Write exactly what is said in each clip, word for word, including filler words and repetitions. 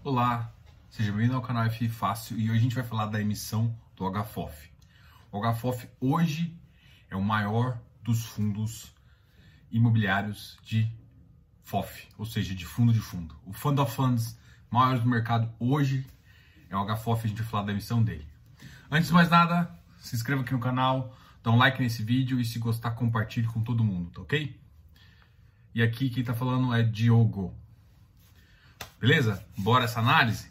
Olá, seja bem-vindo ao canal F I Fácil e hoje a gente vai falar da emissão do H F O F. O H F O F hoje é o maior dos fundos imobiliários de F O F, ou seja, de fundo de fundo. O Fund of Funds maior do mercado hoje é o H F O F, a gente vai falar da emissão dele. Antes de mais nada, se inscreva aqui no canal, dá um like nesse vídeo e se gostar, compartilhe com todo mundo, tá ok? E aqui quem tá falando é Diogo. Beleza? Bora essa análise?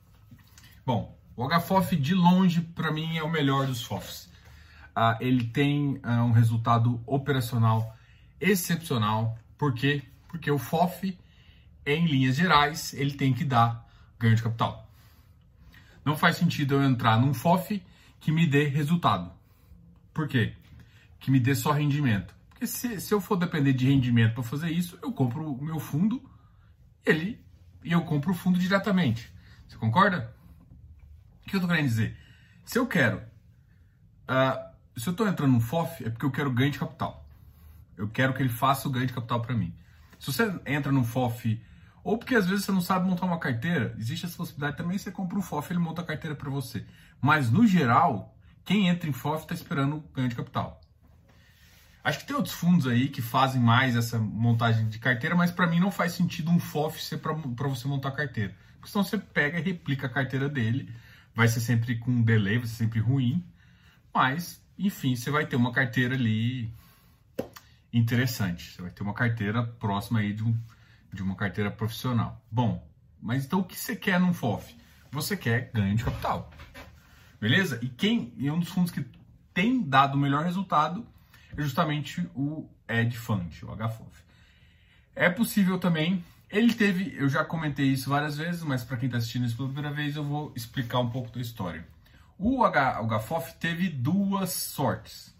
Bom, o H F O F de longe para mim é o melhor dos F O Fs. Ah, ele tem ah, um resultado operacional excepcional. Por quê? Porque o F O F, em linhas gerais, ele tem que dar ganho de capital. Não faz sentido eu entrar num F O F que me dê resultado. Por quê? Que me dê só rendimento. Porque se, se eu for depender de rendimento para fazer isso, eu compro o meu fundo ele, e eu compro o fundo diretamente. Você concorda? O que eu estou querendo dizer? Se eu quero, uh, se eu estou entrando no F O F, é porque eu quero ganho de capital. Eu quero que ele faça o ganho de capital para mim. Se você entra no F O F, ou porque às vezes você não sabe montar uma carteira, existe essa possibilidade também, você compra um F O F e ele monta a carteira para você. Mas no geral, quem entra em F O F está esperando ganho de capital. Acho que tem outros fundos aí que fazem mais essa montagem de carteira, mas para mim não faz sentido um F O F ser para você montar carteira. Porque senão você pega e replica a carteira dele, vai ser sempre com um delay, vai ser sempre ruim, mas, enfim, você vai ter uma carteira ali interessante. Você vai ter uma carteira próxima aí de, um, de uma carteira profissional. Bom, mas então o que você quer num F O F? Você quer ganho de capital, beleza? E quem é um dos fundos que tem dado o melhor resultado é justamente o Hedge Fund, o H F O F. É possível também, ele teve, eu já comentei isso várias vezes, mas para quem está assistindo isso pela primeira vez, eu vou explicar um pouco da história. O, H, o H F O F teve duas sortes,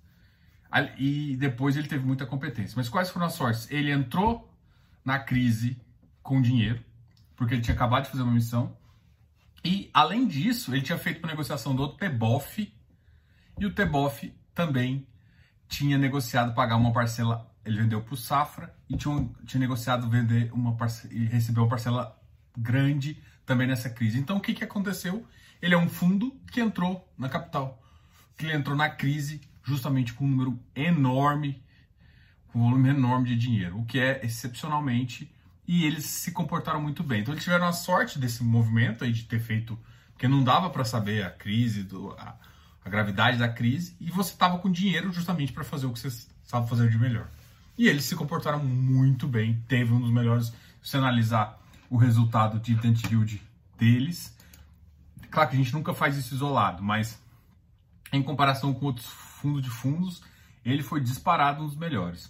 e depois ele teve muita competência. Mas quais foram as sortes? Ele entrou na crise com dinheiro, porque ele tinha acabado de fazer uma emissão, e além disso, ele tinha feito uma negociação do T B O F, e o T B O F também tinha negociado pagar uma parcela, ele vendeu para o Safra e tinha, tinha negociado vender uma parcela, e recebeu uma parcela grande também nessa crise. Então o que, que aconteceu? Ele é um fundo que entrou na capital, que ele entrou na crise justamente com um número enorme, com um volume enorme de dinheiro, o que é excepcionalmente, e eles se comportaram muito bem. Então eles tiveram a sorte desse movimento aí de ter feito, porque não dava para saber a crise, do, a, a gravidade da crise, e você estava com dinheiro justamente para fazer o que você sabe fazer de melhor. E eles se comportaram muito bem, teve um dos melhores, se você analisar o resultado de dividend yield deles. Claro que a gente nunca faz isso isolado, mas em comparação com outros fundos de fundos, ele foi disparado um dos melhores.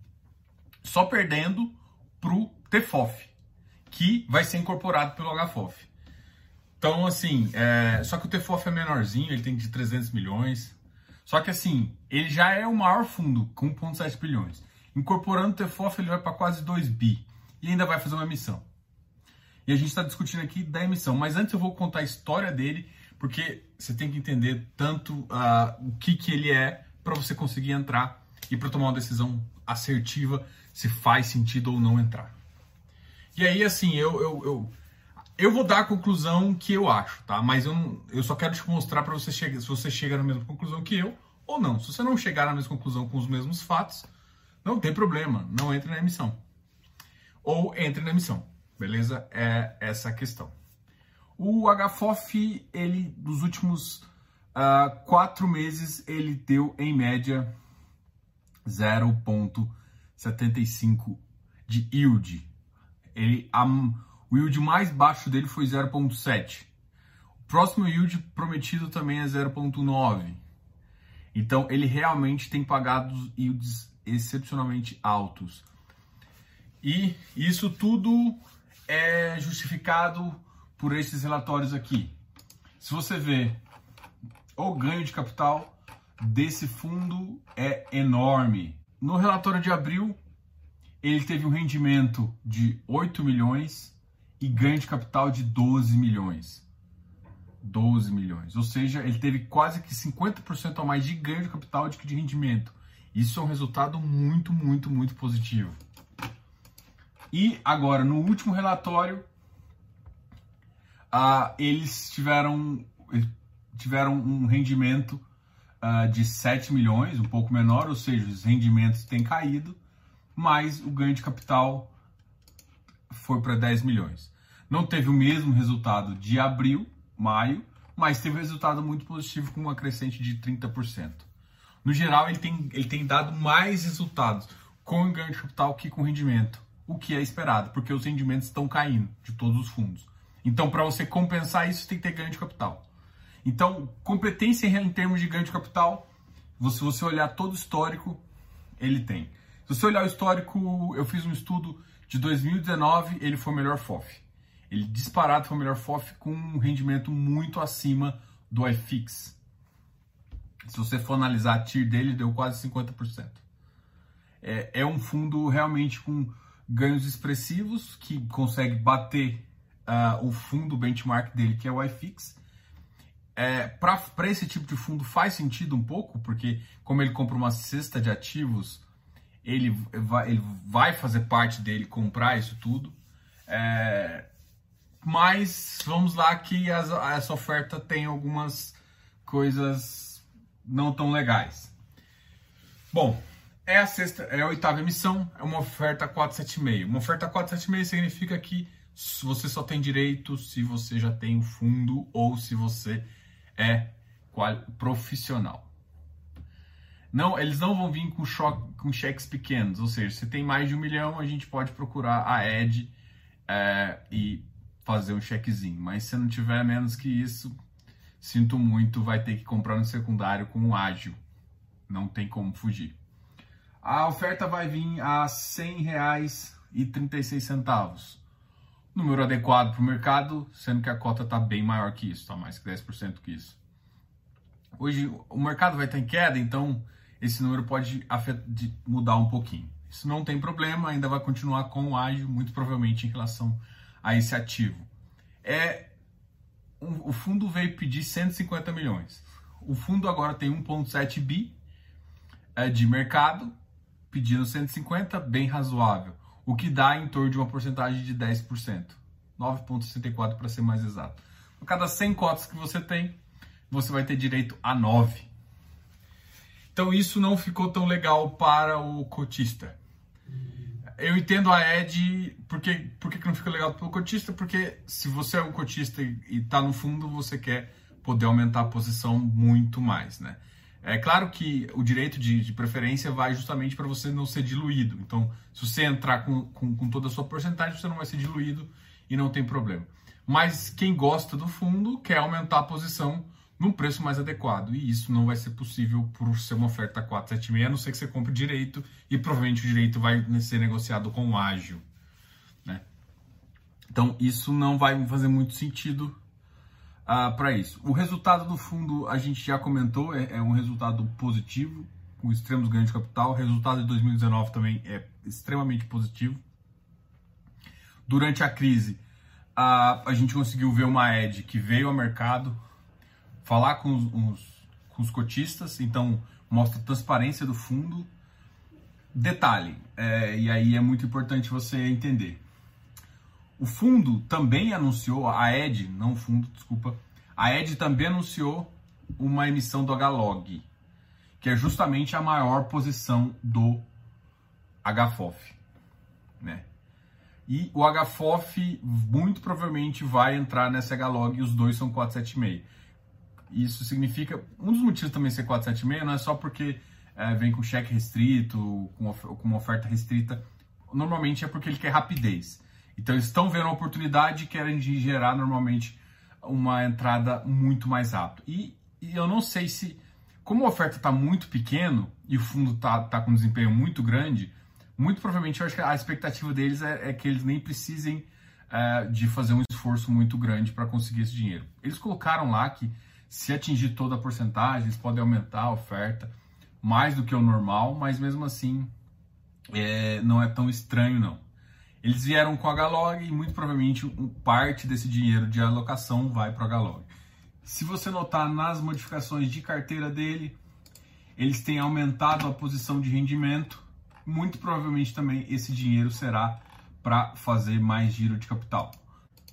Só perdendo para o T F O F, que vai ser incorporado pelo H F O F. Então, assim, é... só que o T F O F é menorzinho, ele tem de trezentos milhões. Só que, assim, ele já é o maior fundo, com um vírgula sete bilhões. Incorporando o T F O F, ele vai para quase dois bi. E ainda vai fazer uma emissão. E a gente está discutindo aqui da emissão. Mas antes eu vou contar a história dele, porque você tem que entender tanto uh, o que, que ele é para você conseguir entrar e para tomar uma decisão assertiva se faz sentido ou não entrar. E aí, assim, eu... eu, eu Eu vou dar a conclusão que eu acho, tá? Mas eu, não, eu só quero te mostrar para você chegar, se você chega na mesma conclusão que eu ou não. Se você não chegar na mesma conclusão com os mesmos fatos, não tem problema, não entre na emissão. Ou entre na emissão, beleza? É essa a questão. O H F O F, ele, dos últimos uh, quatro meses, ele deu, em média, zero vírgula setenta e cinco de yield. Ele... Um, O yield mais baixo dele foi zero vírgula sete. O próximo yield prometido também é zero vírgula nove. Então, ele realmente tem pagado yields excepcionalmente altos. E isso tudo é justificado por esses relatórios aqui. Se você vê, o ganho de capital desse fundo é enorme. No relatório de abril, ele teve um rendimento de oito milhões e ganho de capital de doze milhões. doze milhões. Ou seja, ele teve quase que cinquenta por cento a mais de ganho de capital do que de rendimento. Isso é um resultado muito, muito, muito positivo. E agora, no último relatório, uh, eles tiveram, tiveram um rendimento uh, de sete milhões, um pouco menor, ou seja, os rendimentos têm caído, mas o ganho de capital foi para dez milhões. Não teve o mesmo resultado de abril, maio, mas teve um resultado muito positivo com uma crescente de trinta por cento. No geral, ele tem, ele tem dado mais resultados com ganho de capital que com rendimento, o que é esperado, porque os rendimentos estão caindo de todos os fundos. Então, para você compensar isso, tem que ter ganho de capital. Então, competência em termos de ganho de capital, se você olhar todo o histórico, ele tem. Se você olhar o histórico, eu fiz um estudo de dois mil e dezenove, ele foi o melhor F O F. Ele disparado foi o melhor F O F com um rendimento muito acima do I F I X. Se você for analisar a T I R dele, deu quase cinquenta por cento. É, é um fundo realmente com ganhos expressivos, que consegue bater uh, o fundo benchmark dele, que é o I F I X. É, para esse tipo de fundo faz sentido um pouco, porque como ele compra uma cesta de ativos, ele vai, ele vai fazer parte dele comprar isso tudo. É, mas vamos lá que as, essa oferta tem algumas coisas não tão legais. Bom, é a sexta, é a oitava emissão, é uma oferta quatro sete seis. Uma oferta quatro sete seis significa que você só tem direito se você já tem o fundo ou se você é profissional. Não, eles não vão vir com, choque, com cheques pequenos, ou seja, se tem mais de um milhão, a gente pode procurar a Ed é, e fazer um chequezinho. Mas se não tiver menos que isso, sinto muito, vai ter que comprar no secundário com um ágil. Não tem como fugir. A oferta vai vir a cem reais e trinta e seis centavos. Número adequado para o mercado, sendo que a cota está bem maior que isso, está mais que dez por cento que isso. Hoje o mercado vai estar em queda, então esse número pode mudar um pouquinho. Isso não tem problema, ainda vai continuar com o ágil, muito provavelmente em relação a esse ativo. É, o fundo veio pedir cento e cinquenta milhões. O fundo agora tem um vírgula sete bi é, de mercado, pedindo cento e cinquenta, bem razoável. O que dá em torno de uma porcentagem de dez por cento. nove vírgula sessenta e quatro para ser mais exato. A cada cem cotas que você tem, você vai ter direito a nove. Então isso não ficou tão legal para o cotista. Eu entendo a Ed, por que, por que não fica legal para o cotista? Porque se você é um cotista e está no fundo, você quer poder aumentar a posição muito mais, né? É claro que o direito de, de preferência vai justamente para você não ser diluído. Então, se você entrar com, com, com toda a sua porcentagem, você não vai ser diluído e não tem problema. Mas quem gosta do fundo quer aumentar a posição num preço mais adequado. E isso não vai ser possível por ser uma oferta quatro sete seis, a não ser que você compre direito e provavelmente o direito vai ser negociado com o ágil, né? Então, isso não vai fazer muito sentido Uh, para isso. O resultado do fundo a gente já comentou, é, é um resultado positivo, com extremos ganhos de capital. O resultado de dois mil e dezenove também é extremamente positivo. Durante a crise, uh, a gente conseguiu ver uma Ed que veio ao mercado falar com os, os, com os cotistas, então mostra a transparência do fundo. Detalhe, é, e aí é muito importante você entender. O fundo também anunciou, a Ed, não o fundo, desculpa, a Ed também anunciou uma emissão do H log, que é justamente a maior posição do H F O F, né? E o H F O F muito provavelmente vai entrar nessa H log e os dois são quatro sete seis. Isso significa, um dos motivos também ser quatro sete seis não é só porque é, vem com cheque restrito, com, com uma oferta restrita, normalmente é porque ele quer rapidez. Então, eles estão vendo a oportunidade e querem gerar, normalmente, uma entrada muito mais rápido. E, e eu não sei se, como a oferta está muito pequeno e o fundo está tá com um desempenho muito grande, muito provavelmente eu acho que a expectativa deles é, é que eles nem precisem é, de fazer um esforço muito grande para conseguir esse dinheiro. Eles colocaram lá que, se atingir toda a porcentagem, eles podem aumentar a oferta mais do que o normal, mas mesmo assim, é, não é tão estranho, não. Eles vieram com o H log e muito provavelmente parte desse dinheiro de alocação vai para o H log. Se você notar nas modificações de carteira dele, eles têm aumentado a posição de rendimento. Muito provavelmente também esse dinheiro será para fazer mais giro de capital.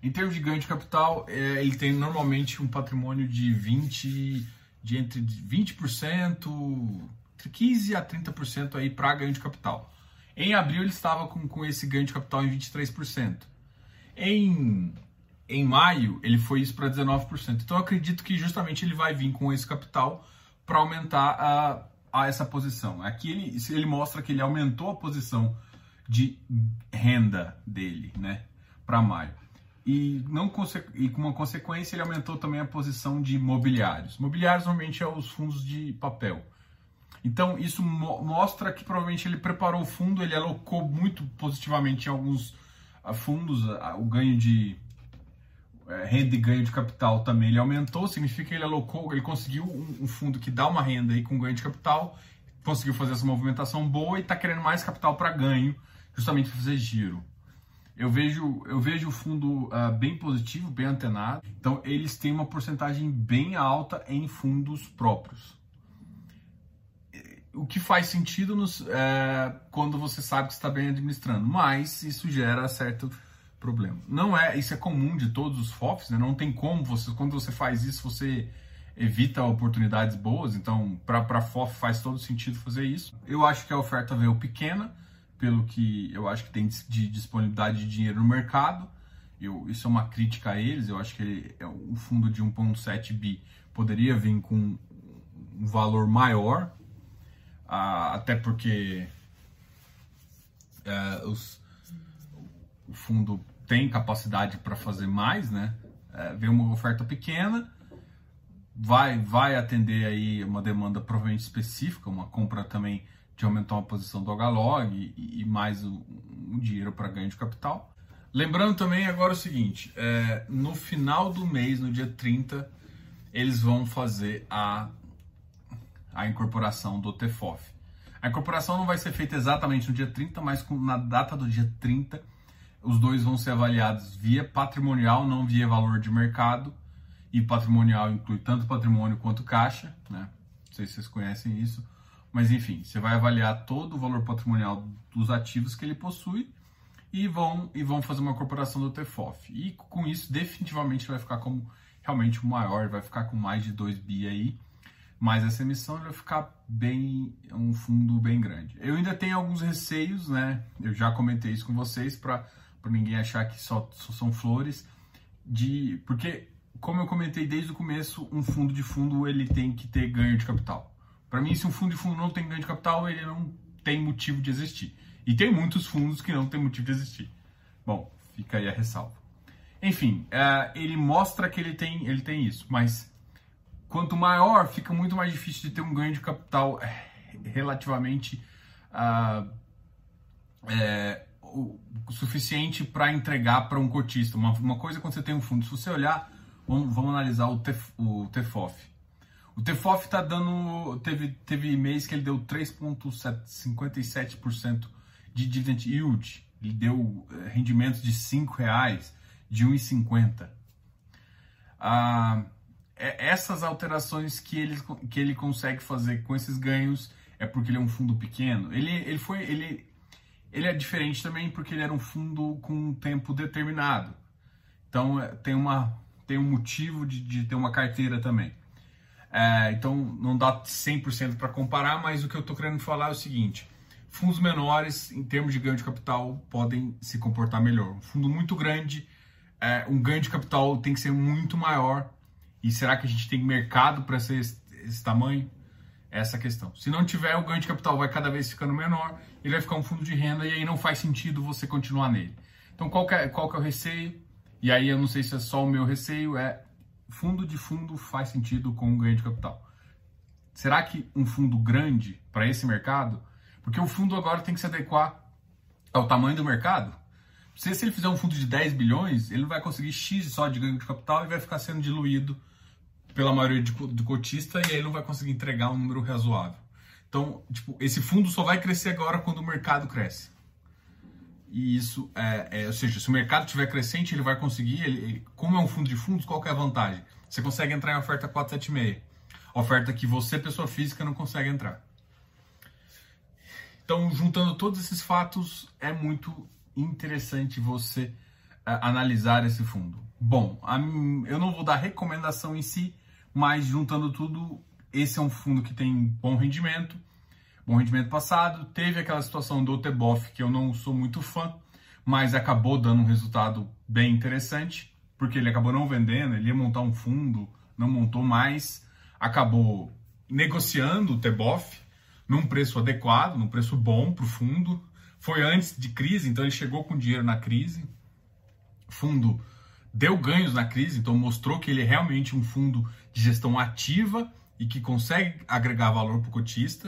Em termos de ganho de capital, é, ele tem normalmente um patrimônio de vinte, de entre vinte por cento, entre quinze a trinta por cento aí para ganho de capital. Em abril ele estava com, com esse ganho de capital em vinte e três por cento. Em, em maio ele foi isso para dezenove por cento. Então eu acredito que justamente ele vai vir com esse capital para aumentar a, a essa posição. Aqui ele, ele mostra que ele aumentou a posição de renda dele, né, para maio. E, não, e com uma consequência ele aumentou também a posição de mobiliários. Mobiliários normalmente é os fundos de papel. Então isso mo mostra que provavelmente ele preparou o fundo, ele alocou muito positivamente em alguns uh, fundos, uh, o ganho de uh, renda e ganho de capital também ele aumentou, significa que ele alocou, ele conseguiu um, um fundo que dá uma renda aí com ganho de capital, conseguiu fazer essa movimentação boa e está querendo mais capital para ganho, justamente para fazer giro. Eu vejo, eu vejo o fundo uh, bem positivo, bem antenado. Então, eles têm uma porcentagem bem alta em fundos próprios. O que faz sentido nos, é, quando você sabe que está bem administrando, mas isso gera certo problema. Não é, isso é comum de todos os F O Fs, né? Não tem como você, quando você faz isso, você evita oportunidades boas. Então, para para F O F faz todo sentido fazer isso. Eu acho que a oferta veio pequena, pelo que eu acho que tem de disponibilidade de dinheiro no mercado. Eu, isso é uma crítica a eles. Eu acho que ele, é um fundo de um vírgula sete bi poderia vir com um valor maior, ah, até porque é, os, o fundo tem capacidade para fazer mais, né? É, veio uma oferta pequena, vai, vai atender aí uma demanda provavelmente específica, uma compra também de aumentar uma posição do H log e, e mais um, um dinheiro para ganho de capital. Lembrando também agora o seguinte, é, no final do mês, no dia trinta, eles vão fazer a, a incorporação do T F O F. A incorporação não vai ser feita exatamente no dia trinta, mas com, na data do dia trinta, os dois vão ser avaliados via patrimonial, não via valor de mercado. E patrimonial inclui tanto patrimônio quanto caixa, né? Não sei se vocês conhecem isso. Mas enfim, você vai avaliar todo o valor patrimonial dos ativos que ele possui e vão, e vão fazer uma incorporação do T F O F. E com isso, definitivamente, vai ficar como realmente o maior, vai ficar com mais de dois bi aí. Mas essa emissão vai ficar bem, um fundo bem grande. Eu ainda tenho alguns receios, né? Eu já comentei isso com vocês, para ninguém achar que só, só são flores. De, porque, como eu comentei desde o começo, um fundo de fundo ele tem que ter ganho de capital. Para mim, se um fundo de fundo não tem ganho de capital, ele não tem motivo de existir. E tem muitos fundos que não tem motivo de existir. Bom, fica aí a ressalva. Enfim, uh, ele mostra que ele tem, ele tem isso, mas quanto maior, fica muito mais difícil de ter um ganho de capital relativamente uh, é, o, o suficiente para entregar para um cotista. Uma, uma coisa é quando você tem um fundo, se você olhar, vamos, vamos analisar o, T, o T F O F. O T F O F tá dando, teve, teve mês que ele deu três vírgula cinquenta e sete por cento de dividend yield, ele deu rendimentos de cinco reais, de um real e cinquenta centavos. Ah, essas alterações que ele, que ele consegue fazer com esses ganhos é porque ele é um fundo pequeno. Ele, ele, foi, ele, ele é diferente também porque ele era um fundo com um tempo determinado. Então tem, uma, tem um motivo de, de ter uma carteira também. É, então não dá cem por cento para comparar, mas o que eu estou querendo falar é o seguinte: fundos menores, em termos de ganho de capital, podem se comportar melhor. Um fundo muito grande, é, um ganho de capital tem que ser muito maior. E será que a gente tem mercado para ser esse, esse tamanho? Essa é a questão. Se não tiver, o ganho de capital vai cada vez ficando menor, ele vai ficar um fundo de renda e aí não faz sentido você continuar nele. Então qual que é, qual que é o receio? E aí eu não sei se é só o meu receio, é fundo de fundo faz sentido com um ganho de capital. Será que um fundo grande para esse mercado? Porque o fundo agora tem que se adequar ao tamanho do mercado. Se, se ele fizer um fundo de dez bilhões, ele vai conseguir X só de ganho de capital e vai ficar sendo diluído pela maioria de, do cotista e aí ele não vai conseguir entregar um número razoável. Então, tipo, esse fundo só vai crescer agora quando o mercado cresce. E isso é, é ou seja, se o mercado estiver crescente, ele vai conseguir, ele, ele, como é um fundo de fundos, qual que é a vantagem? Você consegue entrar em oferta quatrocentos e setenta e seis. Oferta que você, pessoa física, não consegue entrar. Então, juntando todos esses fatos, é muito interessante você analisar esse fundo? Bom, a, eu não vou dar recomendação em si, mas juntando tudo, esse é um fundo que tem bom rendimento, bom rendimento passado. Teve aquela situação do Oteboff, que eu não sou muito fã, mas acabou dando um resultado bem interessante, porque ele acabou não vendendo, ele ia montar um fundo, não montou mais, acabou negociando o Oteboff num preço adequado, num preço bom para o fundo. Foi antes de crise, então ele chegou com dinheiro na crise. O fundo deu ganhos na crise, então mostrou que ele é realmente um fundo de gestão ativa e que consegue agregar valor para o cotista.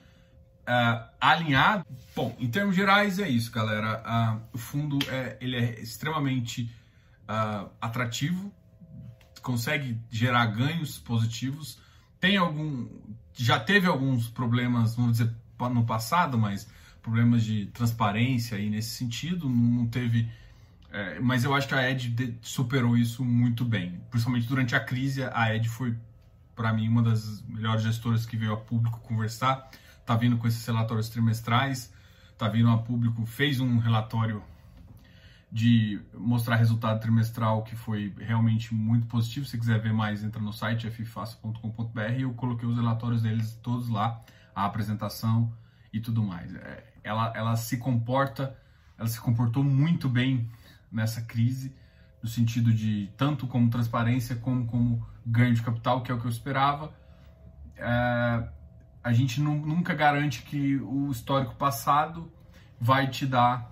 Uh, alinhado. Bom, em termos gerais é isso, galera. Uh, o fundo é, ele é extremamente uh, atrativo, consegue gerar ganhos positivos. Tem algum, já teve alguns problemas, vamos dizer, no passado, mas problemas de transparência aí nesse sentido, não teve. É, mas eu acho que a Ed superou isso muito bem. Principalmente durante a crise, a Ed foi, para mim, uma das melhores gestoras que veio a público conversar. Tá vindo com esses relatórios trimestrais, tá vindo a público, fez um relatório de mostrar resultado trimestral que foi realmente muito positivo. Se quiser ver mais, entra no site f fácil ponto com ponto b r. Eu coloquei os relatórios deles todos lá, a apresentação e tudo mais. É, ela, ela se comporta, ela se comportou muito bem nessa crise, no sentido de tanto como transparência como como ganho de capital, que é o que eu esperava. É, a gente não, nunca garante que o histórico passado vai te dar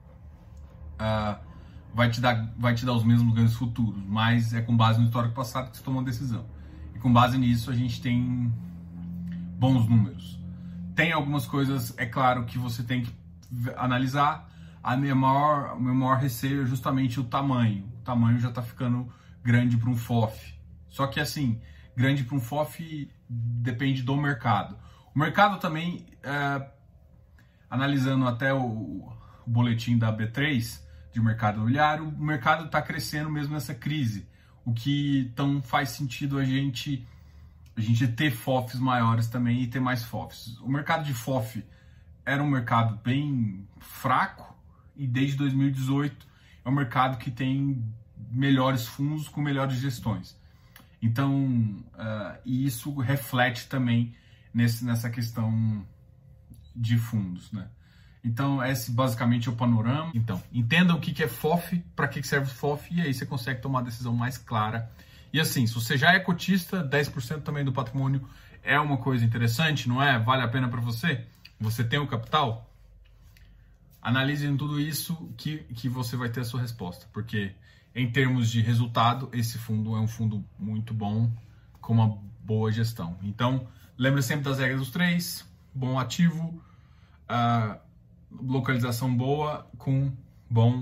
uh, vai te dar vai te dar os mesmos ganhos futuros, mas é com base no histórico passado que você toma uma decisão. E com base nisso a gente tem bons números. Tem algumas coisas, é claro, que você tem que analisar. A minha maior, o meu maior receio é justamente o tamanho. O tamanho já está ficando grande para um F O F. Só que assim, grande para um F O F depende do mercado. O mercado também, é, analisando até o, o boletim da B três, de mercado imobiliário, o mercado está crescendo mesmo nessa crise. O que então faz sentido a gente, a gente ter F O Fs maiores também e ter mais F O Fs. O mercado de F O F era um mercado bem fraco, e desde dois mil e dezoito é um mercado que tem melhores fundos com melhores gestões. Então, uh, e isso reflete também nesse, nessa questão de fundos, né? Então, esse basicamente é o panorama. Então, entenda o que é F O F, para que serve o F O F, e aí você consegue tomar uma decisão mais clara. E assim, se você já é cotista, dez por cento também do patrimônio é uma coisa interessante, não é? Vale a pena para você? Você tem o capital? Analise em tudo isso que, que você vai ter a sua resposta, porque em termos de resultado, esse fundo é um fundo muito bom, com uma boa gestão. Então, lembre sempre das regras dos três: bom ativo, uh, localização boa com bom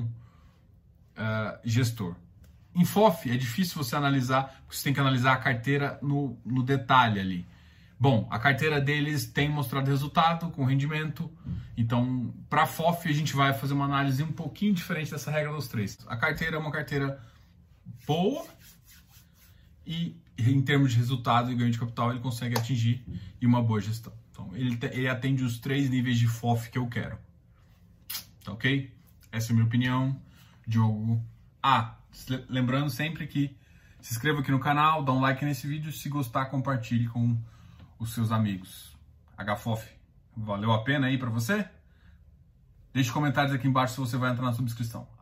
uh, gestor. Em F O F é difícil você analisar, porque você tem que analisar a carteira no, no detalhe ali. Bom, a carteira deles tem mostrado resultado com rendimento, então para F O F a gente vai fazer uma análise um pouquinho diferente dessa regra dos três. A carteira é uma carteira boa e em termos de resultado e ganho de capital ele consegue atingir e uma boa gestão. Então ele, ele atende os três níveis de F O F que eu quero. Tá ok? Essa é a minha opinião. Diogo. Ah, lembrando sempre que se inscreva aqui no canal, dá um like nesse vídeo, se gostar compartilhe com os seus amigos. H F O F, valeu a pena aí para você? Deixe comentários aqui embaixo se você vai entrar na subscrição.